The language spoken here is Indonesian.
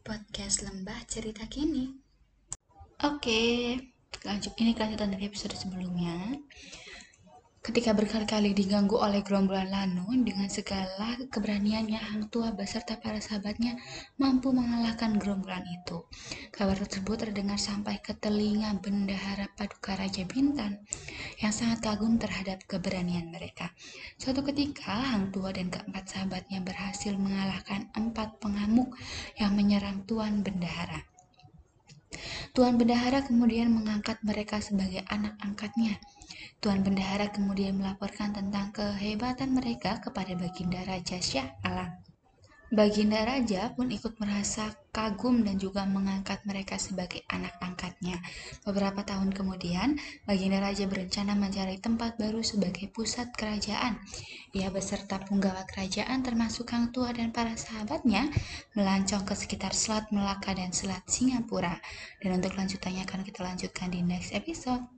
podcast Lembah Cerita Kini. Oke, ini kelanjutan dari episode sebelumnya. Ketika berkali-kali diganggu oleh gerombolan Lanun, dengan segala keberaniannya Hang Tua beserta para sahabatnya mampu mengalahkan gerombolan itu. Kabar tersebut terdengar sampai ke telinga Bendahara Paduka Raja Bintan yang sangat kagum terhadap keberanian mereka. Suatu ketika, Hang Tua dan keempat sahabatnya berhasil mengalahkan 4 pengamuk yang menyerang Tuan Bendahara. Tuan Bendahara kemudian mengangkat mereka sebagai anak angkatnya. Tuan Bendahara kemudian melaporkan tentang kehebatan mereka kepada Baginda Raja Shah Alam. Baginda Raja pun ikut merasa kagum dan juga mengangkat mereka sebagai anak angkatnya. Beberapa tahun kemudian, Baginda Raja berencana mencari tempat baru sebagai pusat kerajaan. Ia beserta punggawa kerajaan termasuk Hang Tua dan para sahabatnya melancong ke sekitar Selat Melaka dan Selat Singapura. Dan untuk lanjutannya akan kita lanjutkan di next episode.